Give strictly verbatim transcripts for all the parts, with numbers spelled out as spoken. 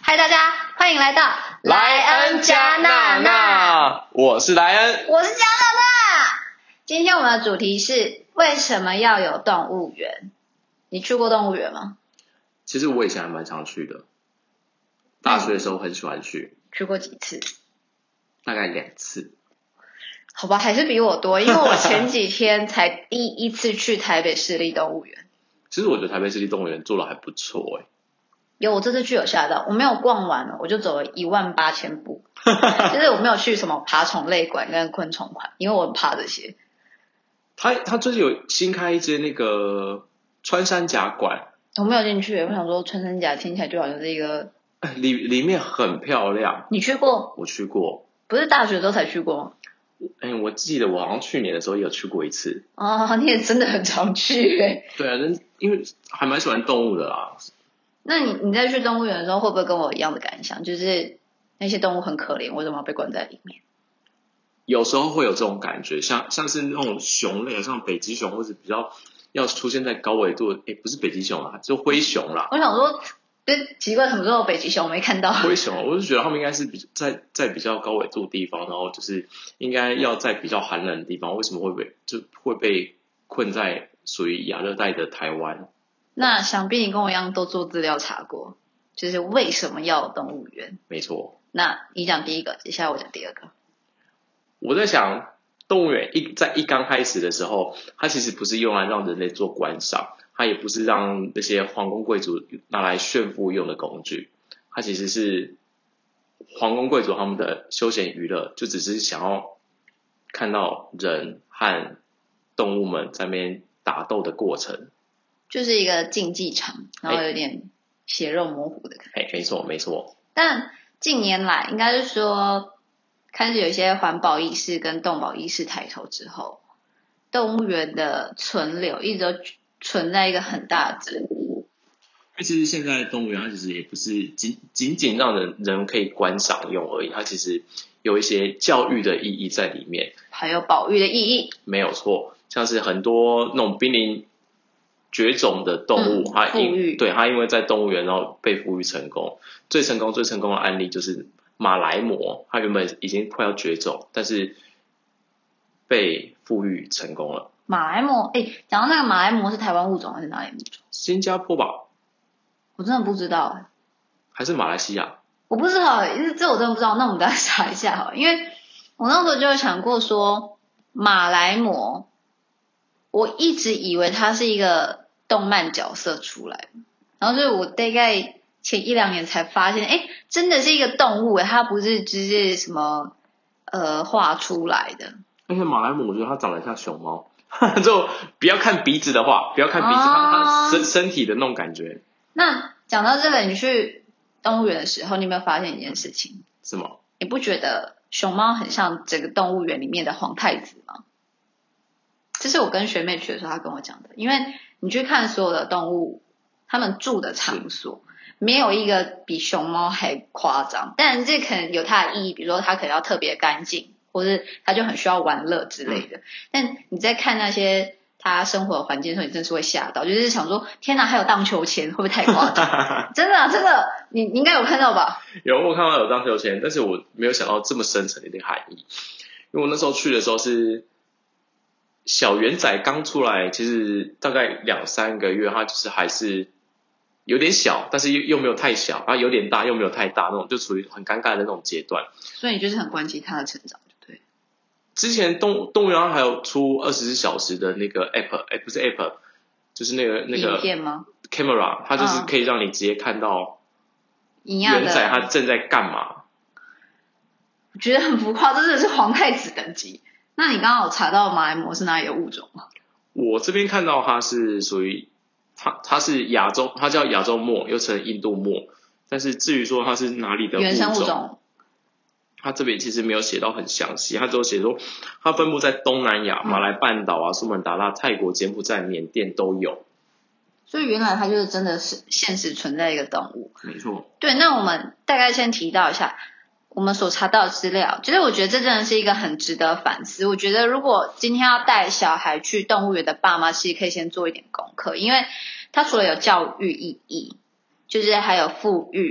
嗨，大家欢迎来到莱恩加娜娜，我是莱恩， 我是加娜娜。今天我们的主题是为什么要有动物园？你去过动物园吗？ 其实我以前还蛮常去的，大学的时候很喜欢去。 去过几次？ 大概两次。 好吧，还是比我多，因为我前几天才第一次去台北市立动物园。 其实我觉得台北市立动物园做的还不错哎、欸。 有，我这次去有吓到，我没有逛完了，我就走了一万八千步。就是我没有去什么爬虫类馆跟昆虫馆，因为我很怕这些。 他他最近有新开一间那个穿山甲馆， 我没有进去，我想说穿山甲听起来就好像是一个里里面很漂亮。 你去过？ 我去过。 不是大学的时候才去过吗？ 哎、欸，我记得我好像去年的时候也有去过一次。 哦，你也真的很常去哎。 对啊，因为还蛮喜欢动物的啦。 那你你在去动物园的时候，会不会跟我一样的感想？就是那些动物很可怜，为什么要被关在里面？ 有时候会有这种感觉，像像是那种熊类，像北极熊，或者比较要出现在高纬度，诶，不是北极熊啦，就灰熊啦。 我想说，哎，奇怪，什么时候有北极熊我没看到？ 灰熊，我就觉得他们应该是比在在比较高纬度的地方，然后就是应该要在比较寒冷的地方，为什么会被就会被困在属于亚热带的台湾？ 那想必你跟我一样都做资料查过，就是为什么要有动物园？ 没错。 那你讲第一个，接下来我讲第二个。 我在想，动物园一在一刚开始的时候，它其实不是用来让人类做观赏，它也不是让那些皇宫贵族拿来炫富用的工具，它其实是皇宫贵族他们的休闲娱乐，就只是想要看到人和动物们在那边打斗的过程。就是一个竞技场，然后有点血肉模糊的感觉。 哎，没错没错。 但近年来，应该是说开始有一些环保意识跟动保意识抬头之后，动物园的存留一直都存在一个很大的争议。 其实现在动物园它其实也不是仅仅仅让人人可以观赏用而已，它其实有一些教育的意义在里面， 还有保育的意义。 没有错，像是很多那种濒临绝种的动物， 嗯、 它因对它因为在动物园然后被复育成功，最成功最成功的案例就是马来貘，它原本已经快要绝种，但是被复育成功了。 马来貘，哎，讲到那个马来貘是台湾物种还是哪里物种？ 新加坡吧？ 我真的不知道， 还是马来西亚？ 我不知道，这我真的不知道。那我们再查一下好了，因为我那时候就有想过说马来貘，我一直以为它是一个动漫角色出来，然后所以我大概前一两年才发现，哎，真的是一个动物，它不是只是什么呃画出来的。 而且马来貘，我觉得它长得像熊猫，就不要看鼻子的话，不要看鼻子，它它身身体的那种感觉。 那讲到这个，你去动物园的时候，你有没有发现一件事情？ 什么？ 你不觉得熊猫很像整个动物园里面的皇太子吗？这是我跟学妹去的时候，她跟我讲的。因为你去看所有的动物，他们住的场所，没有一个比熊猫还夸张。但这可能有它的意义，比如说它可能要特别干净，或是它就很需要玩乐之类的。嗯、但你在看那些他生活的环境的时候，你真是会吓到，就是想说天哪，还有荡秋千，会不会太夸张？真的、啊、真的，你你应该有看到吧？ 有，我看到有荡秋千，但是我没有想到这么深层的一个含义。因为我那时候去的时候是小圆仔刚出来，其实大概两三个月，它就是还是有点小，但是又又没有太小，然后有点大又没有太大，那种就处于很尴尬的那种阶段。 所以你就是很关心它的成长。 之前动动物园还有出二十四小时的那个 app， 哎，不是 app， 就是那个那个影片吗 ？camera， 它就是可以让你直接看到圆仔它正在干嘛。 我觉得很浮夸，这真的是皇太子等级。那你刚刚有查到马来貘是哪里的物种吗？ 我这边看到它是属于它它是亚洲，它叫亚洲貘，又称印度貘。但是至于说它是哪里的物种， 原生物种。 它这边其实没有写到很详细，它只有写说它分布在东南亚、马来半岛啊、苏门答腊、泰国、柬埔寨、缅甸都有。 所以原来它就是真的是现实存在一个动物。 没错。 对，那我们大概先提到一下我们所查到的资料，其实我觉得这真的是一个很值得反思。我觉得如果今天要带小孩去动物园的爸妈，其实可以先做一点功课，因为它除了有教育意义，就是还有富裕，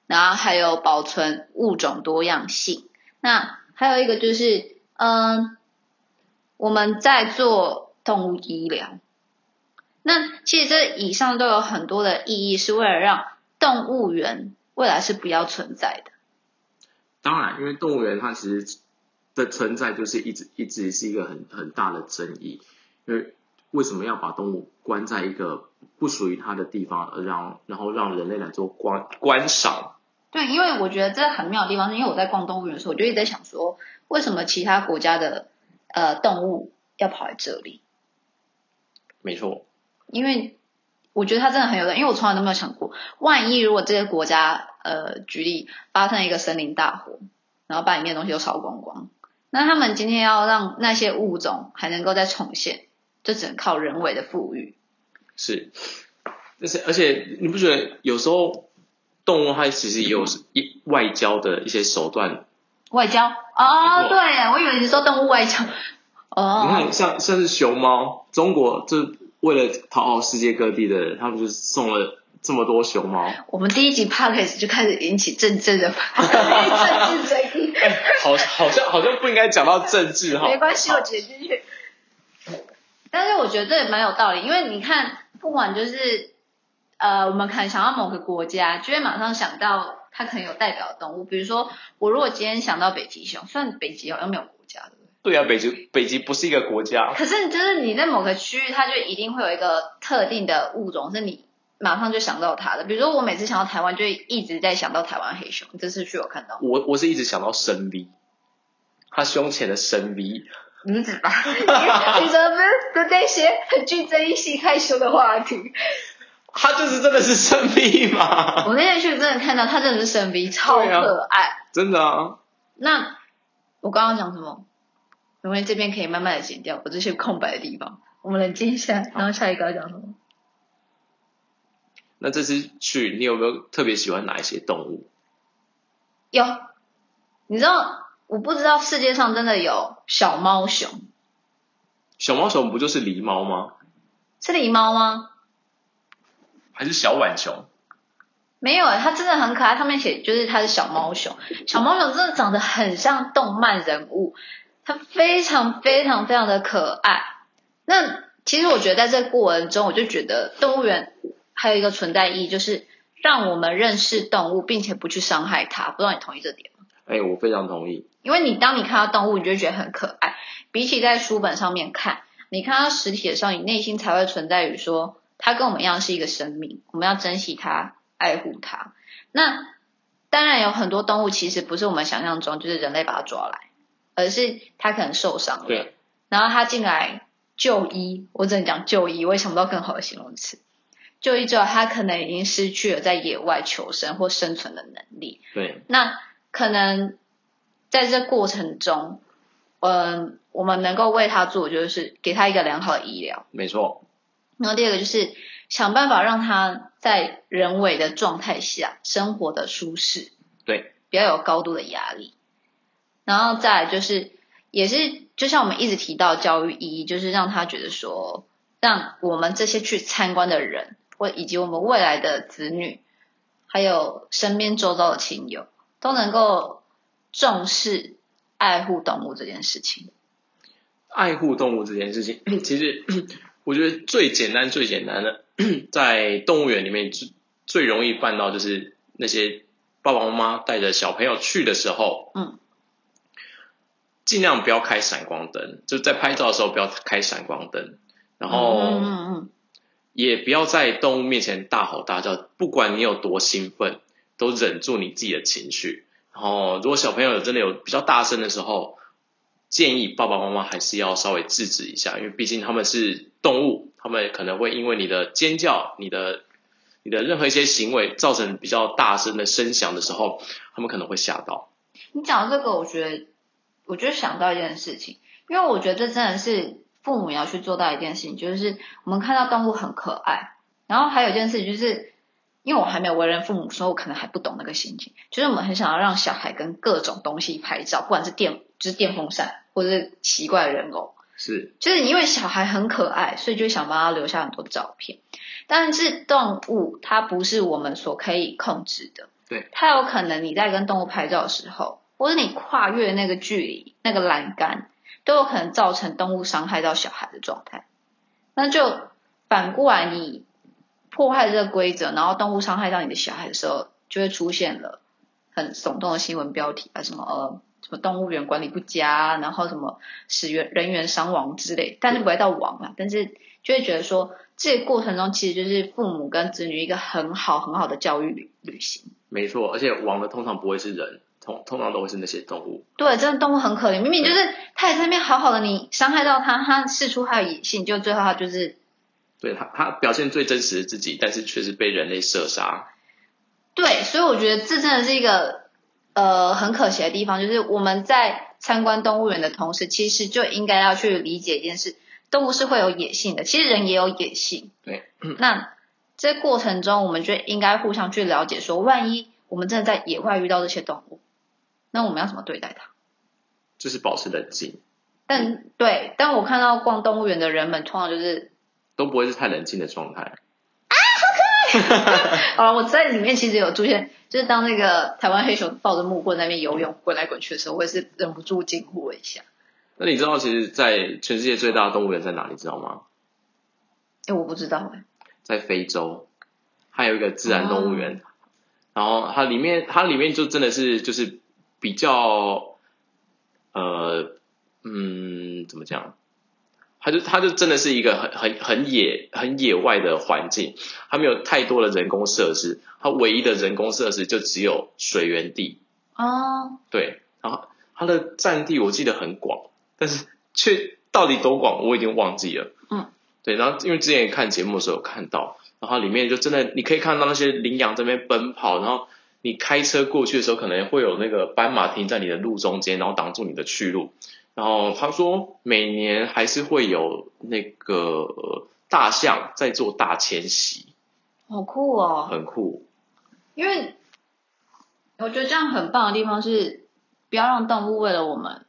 然后还有保存物种多样性。那还有一个就是，嗯，我们在做动物医疗。那其实这以上都有很多的意义，是为了让动物园未来是不要存在的。 当然，因为动物园它其实的存在就是一直一直是一个很很大的争议，因为为什么要把动物关在一个不属于它的地方，而让然后让人类来做观观赏？ 对，因为我觉得这很妙的地方是，因为我在逛动物园的时候，我就一直在想说，为什么其他国家的呃动物要跑来这里？ 没错， 因为我觉得它真的很有趣，因为我从来都没有想过，万一如果这个国家呃举例发生一个森林大火，然后把里面的东西都烧光光，那他们今天要让那些物种还能够再重现，就只能靠人为的富裕。 是，但是而且你不觉得有时候动物它其实也有一外交的一些手段？ 外交哦，对，我以为你说动物外交。哦， 你看像像是熊猫，中国就为了讨好世界各地的人，他们就送了这么多熊猫。 我们第一集 podcast 就开始引起政治的政治争议。 哎，好，好像好像不应该讲到政治哈。 没关系，我剪进去。但是我觉得这也蛮有道理，因为你看，不管就是呃，我们可能想到某个国家，就会马上想到它可能有代表的动物。比如说，我如果今天想到北极熊，虽然北极好像没有国家，对不对？ 对啊，北极北极不是一个国家。 可是就是你在某个区域，它就一定会有一个特定的物种，是你马上就想到它的。比如说，我每次想到台湾，就一直在想到台湾黑熊。这次去有看到我我是一直想到深 V， 它胸前的深 V。 你指吧，你怎么不这些很具争议性害羞的话题？ 他就是真的是深 V 嘛？ 我那天去真的看到他真的是深 V， 超可爱， 啊、真的啊。 那我刚刚讲什么？因为这边可以慢慢的剪掉我这些空白的地方，我们冷静一下，然后下一个要讲什么？ 那这次去你有没有特别喜欢哪一些动物？ 有，你知道我不知道世界上真的有小猫熊。 小猫熊不就是狸猫吗？ 是狸猫吗？ 还是小浣熊？ 没有，它真的很可爱，上面写就是它是小猫熊。小猫熊真的长得很像动漫人物，它非常非常非常的可爱。那其实我觉得在这个过程中，我就觉得动物园还有一个存在意义，就是让我们认识动物，并且不去伤害它。不知道你同意这点吗？ 哎，我非常同意。 因为你当你看到动物，你就会觉得很可爱。比起在书本上面看，你看到实体的时候，你内心才会存在于说，它跟我们一样是一个生命，我们要珍惜它，爱护它。那当然有很多动物其实不是我们想象中，就是人类把它抓来，而是它可能受伤了， 对， 然后它进来就医，我只能讲就医，我也想不到更好的形容词。就医之后，它可能已经失去了在野外求生或生存的能力。 对， 那可能在这过程中，嗯，我们能够为它做，就是给它一个良好的医疗。 没错。 然后第二个就是想办法让它在人为的状态下生活的舒适， 对， 不要有高度的压力。然后再来就是也是就像我们一直提到教育意义，就是让他觉得说，让我们这些去参观的人，或以及我们未来的子女，还有身边周遭的亲友，都能够重视爱护动物这件事情。 爱护动物这件事情，其实我觉得最简单最简单的，在动物园里面最最容易办到，就是那些爸爸妈妈带着小朋友去的时候， 嗯， 尽量不要开闪光灯，就在拍照的时候不要开闪光灯，然后嗯嗯嗯， 也不要在动物面前大吼大叫，不管你有多兴奋，都忍住你自己的情绪。然后如果小朋友真的有比较大声的时候，建议爸爸妈妈还是要稍微制止一下，因为毕竟他们是动物，他们可能会因为你的尖叫、你的你的任何一些行为造成比较大声的声响的时候，他们可能会吓到。 你讲这个，我觉得，我就想到一件事情，因为我觉得这真的是父母要去做到一件事情，就是我们看到动物很可爱，然后还有一件事情就是。因为我还没有为人父母，所以我可能还不懂那个心情。就是我们很想要让小孩跟各种东西拍照，不管是电，就是电风扇，或者是奇怪的人偶。 是， 就是因为小孩很可爱，所以就想帮他留下很多照片。但是动物它不是我们所可以控制的， 对， 它有可能你在跟动物拍照的时候，或者你跨越那个距离、那个栏杆，都有可能造成动物伤害到小孩的状态。那就反过来，你破坏这个规则，然后动物伤害到你的小孩的时候，就会出现了很耸动的新闻标题啊，什么呃什么动物园管理不佳，然后什么使员人员伤亡之类，但是不会到亡啊，但是就会觉得说，这个过程中其实就是父母跟子女一个很好很好的教育旅旅行。 没错，而且亡的通常不会是人，通通常都会是那些动物。 对，真的动物很可怜，明明就是它也在那边好好的，你伤害到它，它试出它的野性，就最后它就是对他，他表现最真实的自己，但是却是被人类射杀。 对，所以我觉得这真的是一个呃很可惜的地方，就是我们在参观动物园的同时，其实就应该要去理解一件事：动物是会有野性的，其实人也有野性。 对， 那这过程中，我们就应该互相去了解说，万一我们真的在野外遇到这些动物，那我们要怎么对待它？ 就是保持冷静。 但对，但我看到逛动物园的人们，通常就是都不会是太冷静的状态。 啊，我在里面其实有出现，就是当那个台湾黑熊抱着木棍在那边游泳滚来滚去的时候，我也是忍不住惊呼了一下。 那你知道其实在全世界最大的动物园在哪里知道吗？ 哎，我不知道哎。 在非洲，还有一个自然动物园， 哦， 然后它里面它里面就真的是就是比较呃嗯怎么讲？它就它就真的是一个很很很野很野外的环境，它没有太多的人工设施，它唯一的人工设施就只有水源地。 哦， 对，然后它的占地我记得很广，但是却到底多广我已经忘记了。 嗯， 对，然后因为之前看节目的时候有看到，然后里面就真的你可以看到那些羚羊在那边奔跑，然后你开车过去的时候可能会有那个斑马停在你的路中间，然后挡住你的去路。然后他说每年还是会有那个、呃、大象在做大迁徙。 好酷哦！ 很酷。 因为我觉得这样很棒的地方是，不要让动物为了我们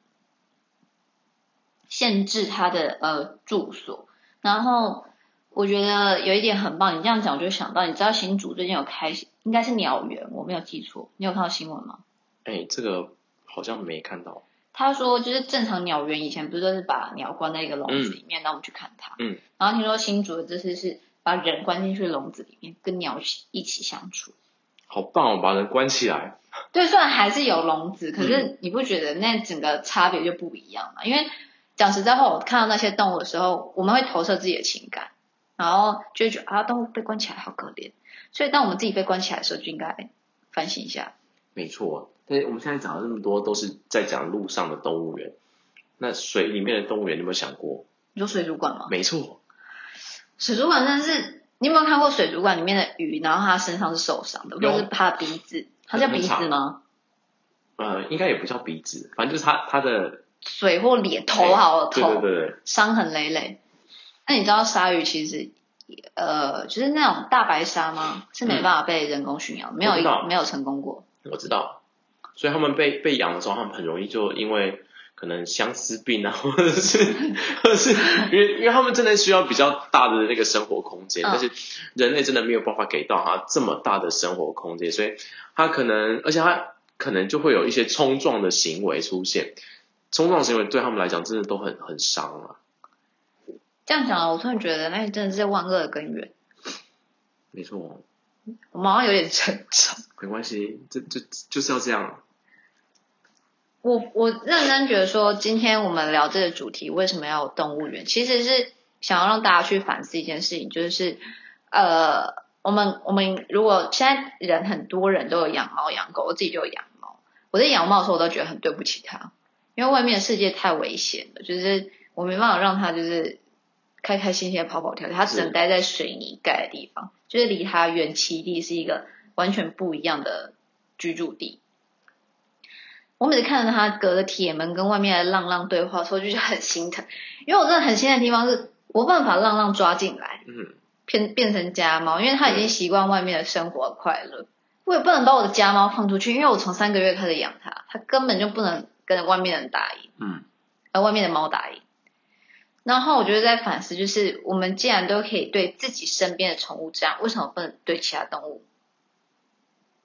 限制它的呃住所。然后我觉得有一点很棒，你这样讲我就想到，你知道新竹最近有开，应该是鸟园，我没有记错，你有看到新闻吗？ 哎，这个好像没看到。 他说，就是正常鸟园以前不是都是把鸟关在一个笼子里面，让、嗯、我们去看它。 嗯。 然后听说新竹的这次是把人关进去笼子里面，跟鸟一起相处。 好棒哦，把人关起来。 对，虽然还是有笼子，可是你不觉得那整个差别就不一样吗？因为讲实在话，我看到那些动物的时候，我们会投射自己的情感，然后就会觉得啊，动物被关起来好可怜。所以当我们自己被关起来的时候，就应该反省一下。 没错。但是我们现在讲了这么多，都是在讲陆上的动物园。那水里面的动物园，你有没有想过？ 你说水族馆吗？ 没错。 水族馆真的是，你有没有看过水族馆里面的鱼，然后它身上是受伤的，或者是它的鼻子？它叫鼻子吗？ 呃，应该也不叫鼻子，反正就是它它的嘴或脸头好了，头对对对， 伤痕累累。那你知道鲨鱼其实呃，就是那种大白鲨吗？是没办法被人工驯养，嗯、没有没有成功过。 我知道，所以他们被被养的时候，他们很容易就因为可能相思病啊，或者是或者是因为因为他们真的需要比较大的那个生活空间，嗯、但是人类真的没有办法给到他这么大的生活空间，所以他可能，而且他可能就会有一些冲撞的行为出现，冲撞行为对他们来讲真的都很很伤啊。 这样讲，我突然觉得那真的是万恶的根源。 没错。 我们好像有点沉重。 没关系，这这就是要这样。 我我认真觉得说，今天我们聊这个主题，为什么要有动物园？其实是想要让大家去反思一件事情，就是呃，我们我们如果现在人很多人都有养猫养狗，我自己就有养猫。我在养猫的时候，我都觉得很对不起它，因为外面的世界太危险了，就是我没办法让它就是开开心心的跑跑跳跳，它只能待在水泥盖的地方，就是离它原栖地是一个完全不一样的居住地。我每次看到他隔着铁门跟外面的浪浪对话的时候，就是很心疼，因为我真的很心疼的地方是，我没办法浪浪抓进来，嗯，变变成家猫，因为他已经习惯外面的生活快乐，我也不能把我的家猫放出去，因为我从三个月开始养它，它根本就不能跟外面的人打赢，嗯，而外面的猫打赢。然后我觉得在反思，就是我们既然都可以对自己身边的宠物这样，为什么不能对其他动物？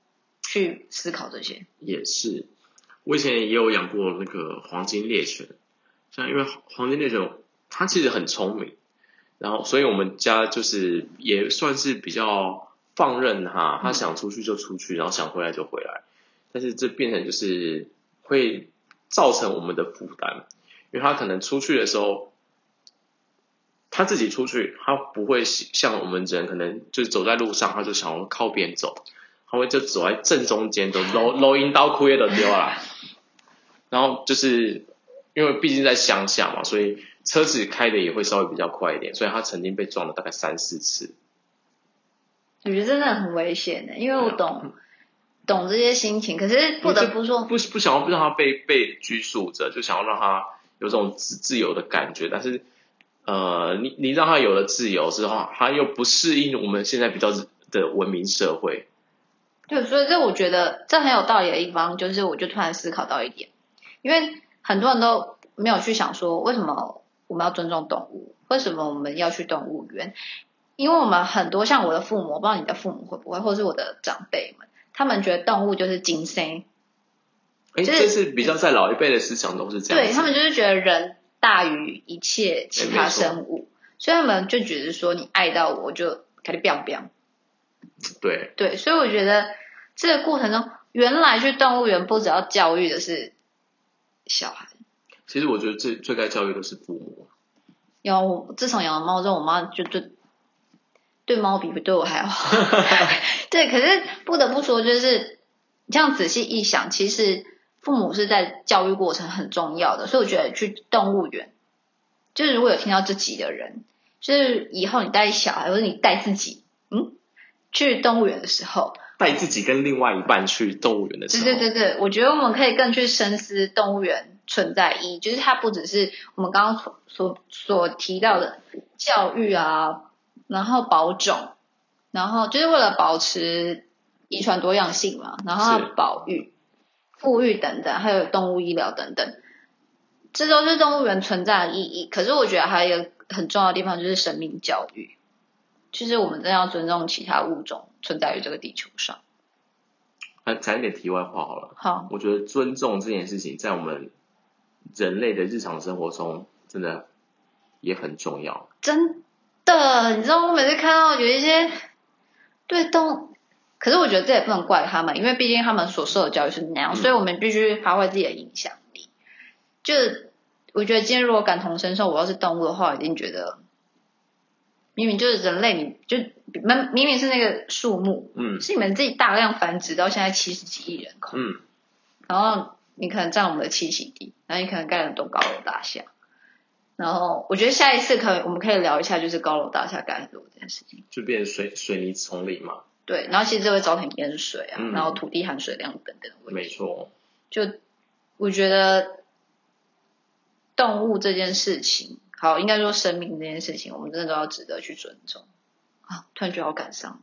去思考这些。 也是，我以前也有养过那个黄金猎犬，像因为黄金猎犬它其实很聪明，然后所以我们家就是也算是比较放任它，它想出去就出去，然后想回来就回来，但是这变成就是会造成我们的负担，因为它可能出去的时候。他自己出去，他不会像我们人可能就是走在路上，他就想要靠边走，他会就走在正中间，都搂搂阴刀亏的丢啦。然后就是因为毕竟在乡下嘛，所以车子开的也会稍微比较快一点，所以他曾经被撞了大概三四次。 我觉得真的很危险的，因为我懂、嗯、懂这些心情，可是不得不说， 不不想要不让他被被拘束着，就想要让他有这种自自由的感觉，但是。呃，你你让他有了自由之后，他又不适应我们现在比较的文明社会。 对，所以这我觉得这很有道理的地方，就是我就突然思考到一点，因为很多人都没有去想说，为什么我们要尊重动物？为什么我们要去动物园？因为我们很多像我的父母，我不知道你的父母会不会，或是我的长辈们，他们觉得动物就是精神。 哎、就是，这是比较在老一辈的思想都是这样子。 对，他们就是觉得人。大于一切其他生物，所以他们就觉得说你爱到我就给你 biang biang。 对对，所以我觉得这个过程中，原来去动物园不只要教育的是小孩， 其实我觉得最最该教育的是父母。 有，我自从养了猫之后，我妈就对对猫比对我还好。对，可是不得不说，就是你这样仔细一想，其实。父母是在教育过程很重要的，所以我觉得去动物园，就是如果有听到这集的人，就是以后你带小孩或者你带自己，嗯，去动物园的时候， 带自己跟另外一半去动物园的时候， 对对对对，我觉得我们可以更去深思动物园存在意义，就是它不只是我们刚刚所所所提到的教育啊，然后保种，然后就是为了保持遗传多样性嘛，然后要保育。富裕等等，还有动物医疗等等，这都是动物园存在的意义。可是我觉得还有一个很重要的地方就是生命教育，就是我们真的要尊重其他物种存在于这个地球上。 啊，讲一点题外话好了。 好， 我觉得尊重这件事情在我们人类的日常生活中真的也很重要。 真的，你知道我每次看到有一些对动物。可是我觉得这也不能怪他们，因为毕竟他们所受的教育是那样，嗯、所以我们必须发挥自己的影响力。就我觉得今天如果感同身受，我要是动物的话，我一定觉得明明就是人类，你就明明是那个树木，嗯，是你们自己大量繁殖到现在七十几亿人口，嗯，然后你可能占我们的栖息地，然后你可能盖了很多高楼大厦，然后我觉得下一次可以我们可以聊一下，就是高楼大厦盖很多这件事情， 就变成水水泥丛林嘛。 对，然后其实这会造成淹水啊，嗯、然后土地含水量等等的问题。 没错， 就我觉得动物这件事情，好，应该说生命这件事情，我们真的都要值得去尊重。啊，突然觉得好感伤。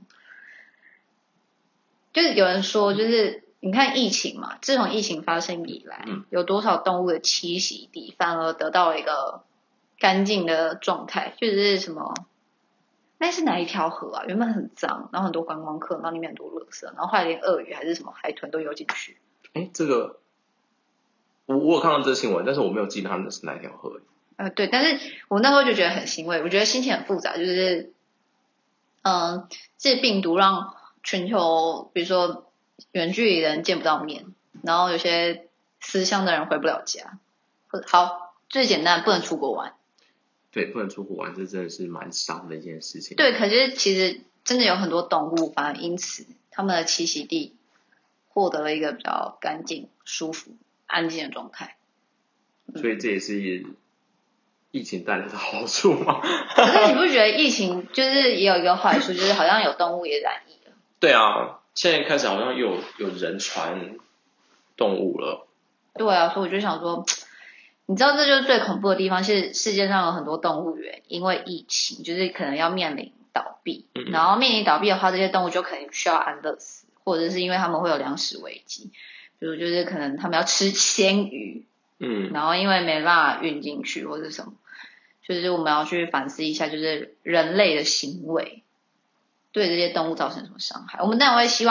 就是有人说，就是你看疫情嘛，自从疫情发生以来，嗯、有多少动物的栖息地反而得到了一个干净的状态，就是什么。那是哪一条河啊？原本很脏，然后很多观光客，然后里面很多垃圾，然后后来连鳄鱼还是什么海豚都游进去。 哎，这个我我有看到这个新闻，但是我没有记得他们是哪一条河。 呃，对，但是我那时候就觉得很欣慰，我觉得心情很复杂，就是嗯，这病毒让全球，比如说远距离人见不到面，然后有些思乡的人回不了家。好，最简单，不能出国玩。 对，不能出国玩，这真的是蛮伤的一件事情。 对，可是其实真的有很多动物，反而因此他们的栖息地获得了一个比较干净、舒服、安静的状态。 嗯、所以这也是疫情带来的好处吗？ 可是你不觉得疫情就是也有一个坏处，就是好像有动物也染疫了？ 对啊，现在开始好像又有有人传动物了。 对啊，所以我就想说。你知道这就是最恐怖的地方，是世界上有很多动物园因为疫情，就是可能要面临倒闭，嗯、然后面临倒闭的话，这些动物就可能需要安乐死，或者是因为他们会有粮食危机，比如就是可能他们要吃鲜鱼，嗯，然后因为没办法运进去或者什么，就是我们要去反思一下，就是人类的行为对这些动物造成什么伤害。我们当然会希望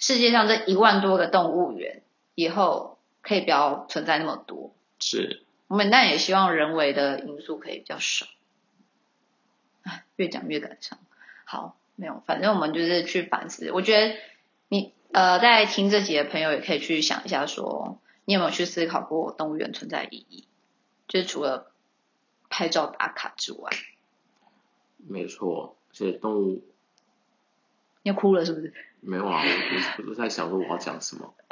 世界上这一万多个动物园以后可以不要存在那么多。 是， 我们但也希望人为的因素可以比较少。越讲越感伤。好，没有，反正我们就是去反思。我觉得你呃，在听这集的朋友也可以去想一下说，说你有没有去思考过动物园存在的意义？就是除了拍照打卡之外。 没错，而且动物， 你要哭了是不是？ 没有啊，我我我在想说我要讲什么。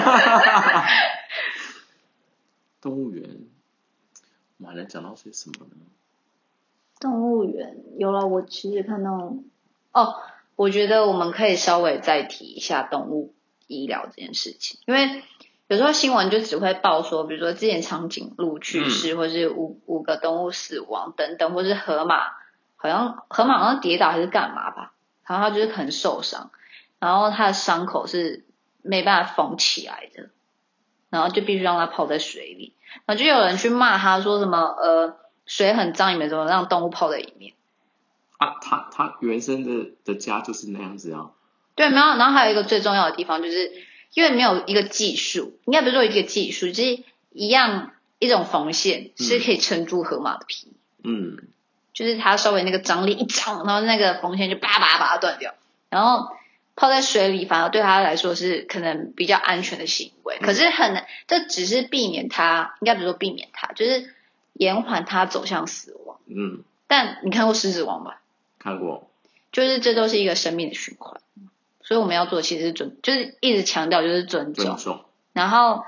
动物园，我们还能讲到些什么呢？ 动物园有了，我其实看到哦，我觉得我们可以稍微再提一下动物医疗这件事情，因为有时候新闻就只会报说，比如说之前长颈鹿去世，嗯、或是五五个动物死亡等等，或是河马好像河马好像跌倒还是干嘛吧，然后它就是可能受伤，然后它的伤口是没办法缝起来的，然后就必须让它泡在水里，然后就有人去骂他说什么呃。水很脏，你们怎么让动物泡在里面？ 啊，它它原生的的家就是那样子啊。 对，然后然后还有一个最重要的地方，就是因为没有一个技术，应该不是说一个技术，就是一样一种缝线是可以撑住河马的皮。嗯。就是它稍微那个张力一张，然后那个缝线就叭叭把它断掉，然后泡在水里反而对它来说是可能比较安全的行为。嗯、可是很难，这只是避免它，应该不是说避免它，就是。延缓它走向死亡。嗯，但你看过《狮子王》吧？ 看过。 就是这都是一个生命的循环，所以我们要做的其实是尊，就是一直强调就是尊重。尊重。然后，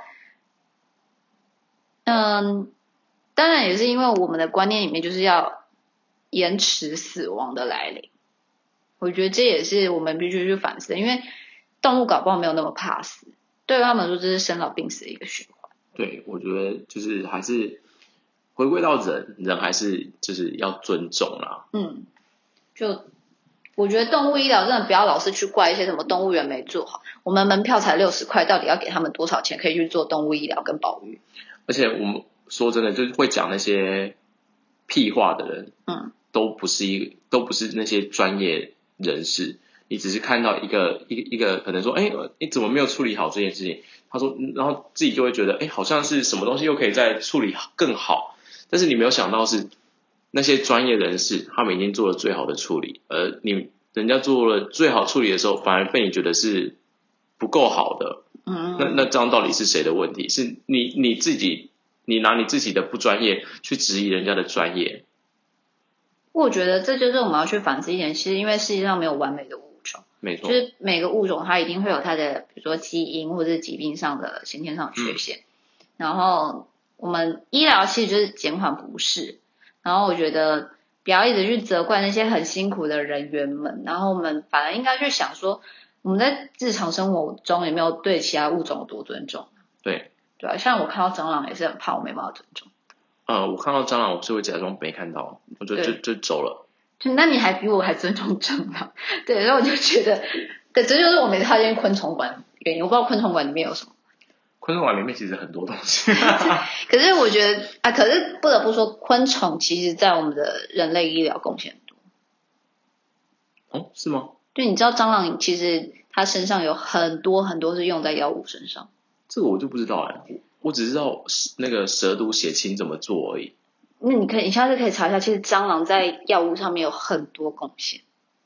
嗯，当然也是因为我们的观念里面就是要延迟死亡的来临。我觉得这也是我们必须去反思的，因为动物搞不好没有那么怕死，对他们说这是生老病死的一个循环。 对，我觉得就是还是。回归到人，人还是就是要尊重啦。 嗯，就我觉得动物医疗真的不要老是去怪一些什么动物园没做好，我们门票才六十块，到底要给他们多少钱可以去做动物医疗跟保育？ 而且我们说真的，就是会讲那些屁话的人，嗯，都不是一都不是那些专业人士。你只是看到一个一个一个可能说，哎，你怎么没有处理好这件事情？他说，然后自己就会觉得，哎，好像是什么东西又可以再处理更好。但是你没有想到是那些专业人士，他们已经做了最好的处理，而你人家做了最好处理的时候，反而被你觉得是不够好的。嗯，那那这样到底是谁的问题？是你你自己，你拿你自己的不专业去质疑人家的专业。 我觉得这就是我们要去反思一点，其实因为世界上没有完美的物种， 没错， 就是每个物种它一定会有它的，比如说基因或者是疾病上的先天上的缺陷，嗯、然后。我们医疗其实就是减缓不适，然后我觉得不要一直去责怪那些很辛苦的人员们，然后我们反而应该去想说，我们在日常生活中有没有对其他物种有多尊重？ 对， 对啊，像我看到蟑螂也是很怕，我没办法尊重。 呃，我看到蟑螂我是会假装没看到，我就就就走了。 就那你还比我还尊重蟑螂？对，然后我就觉得，对，这就是我没踏进昆虫馆原因。我不知道昆虫馆里面有什么。 昆虫馆里面其实很多东西， 可是我觉得啊，可是不得不说，昆虫其实在我们的人类医疗贡献很多。哦，是吗？ 对，你知道蟑螂其实它身上有很多很多是用在药物身上。 这个我就不知道哎、欸，我只知道那个蛇毒血清怎么做而已。 那你可以，你下次可以查一下，其实蟑螂在药物上面有很多贡献。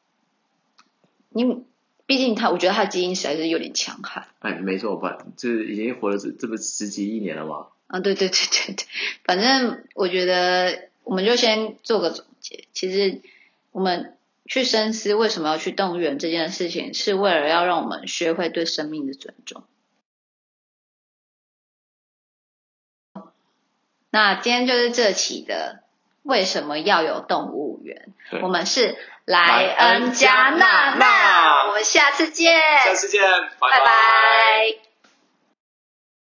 你。毕竟它，我觉得它的基因实在是有点强悍。 哎，没错吧？这已经活了这这不十几亿年了嘛？ 啊，对对对对对，反正我觉得我们就先做个总结。其实我们去深思为什么要去动物园这件事情，是为了要让我们学会对生命的尊重。那今天就是这期的为什么要有动物园？我们是莱恩加娜娜，我们下次见， 下次见，拜拜拜。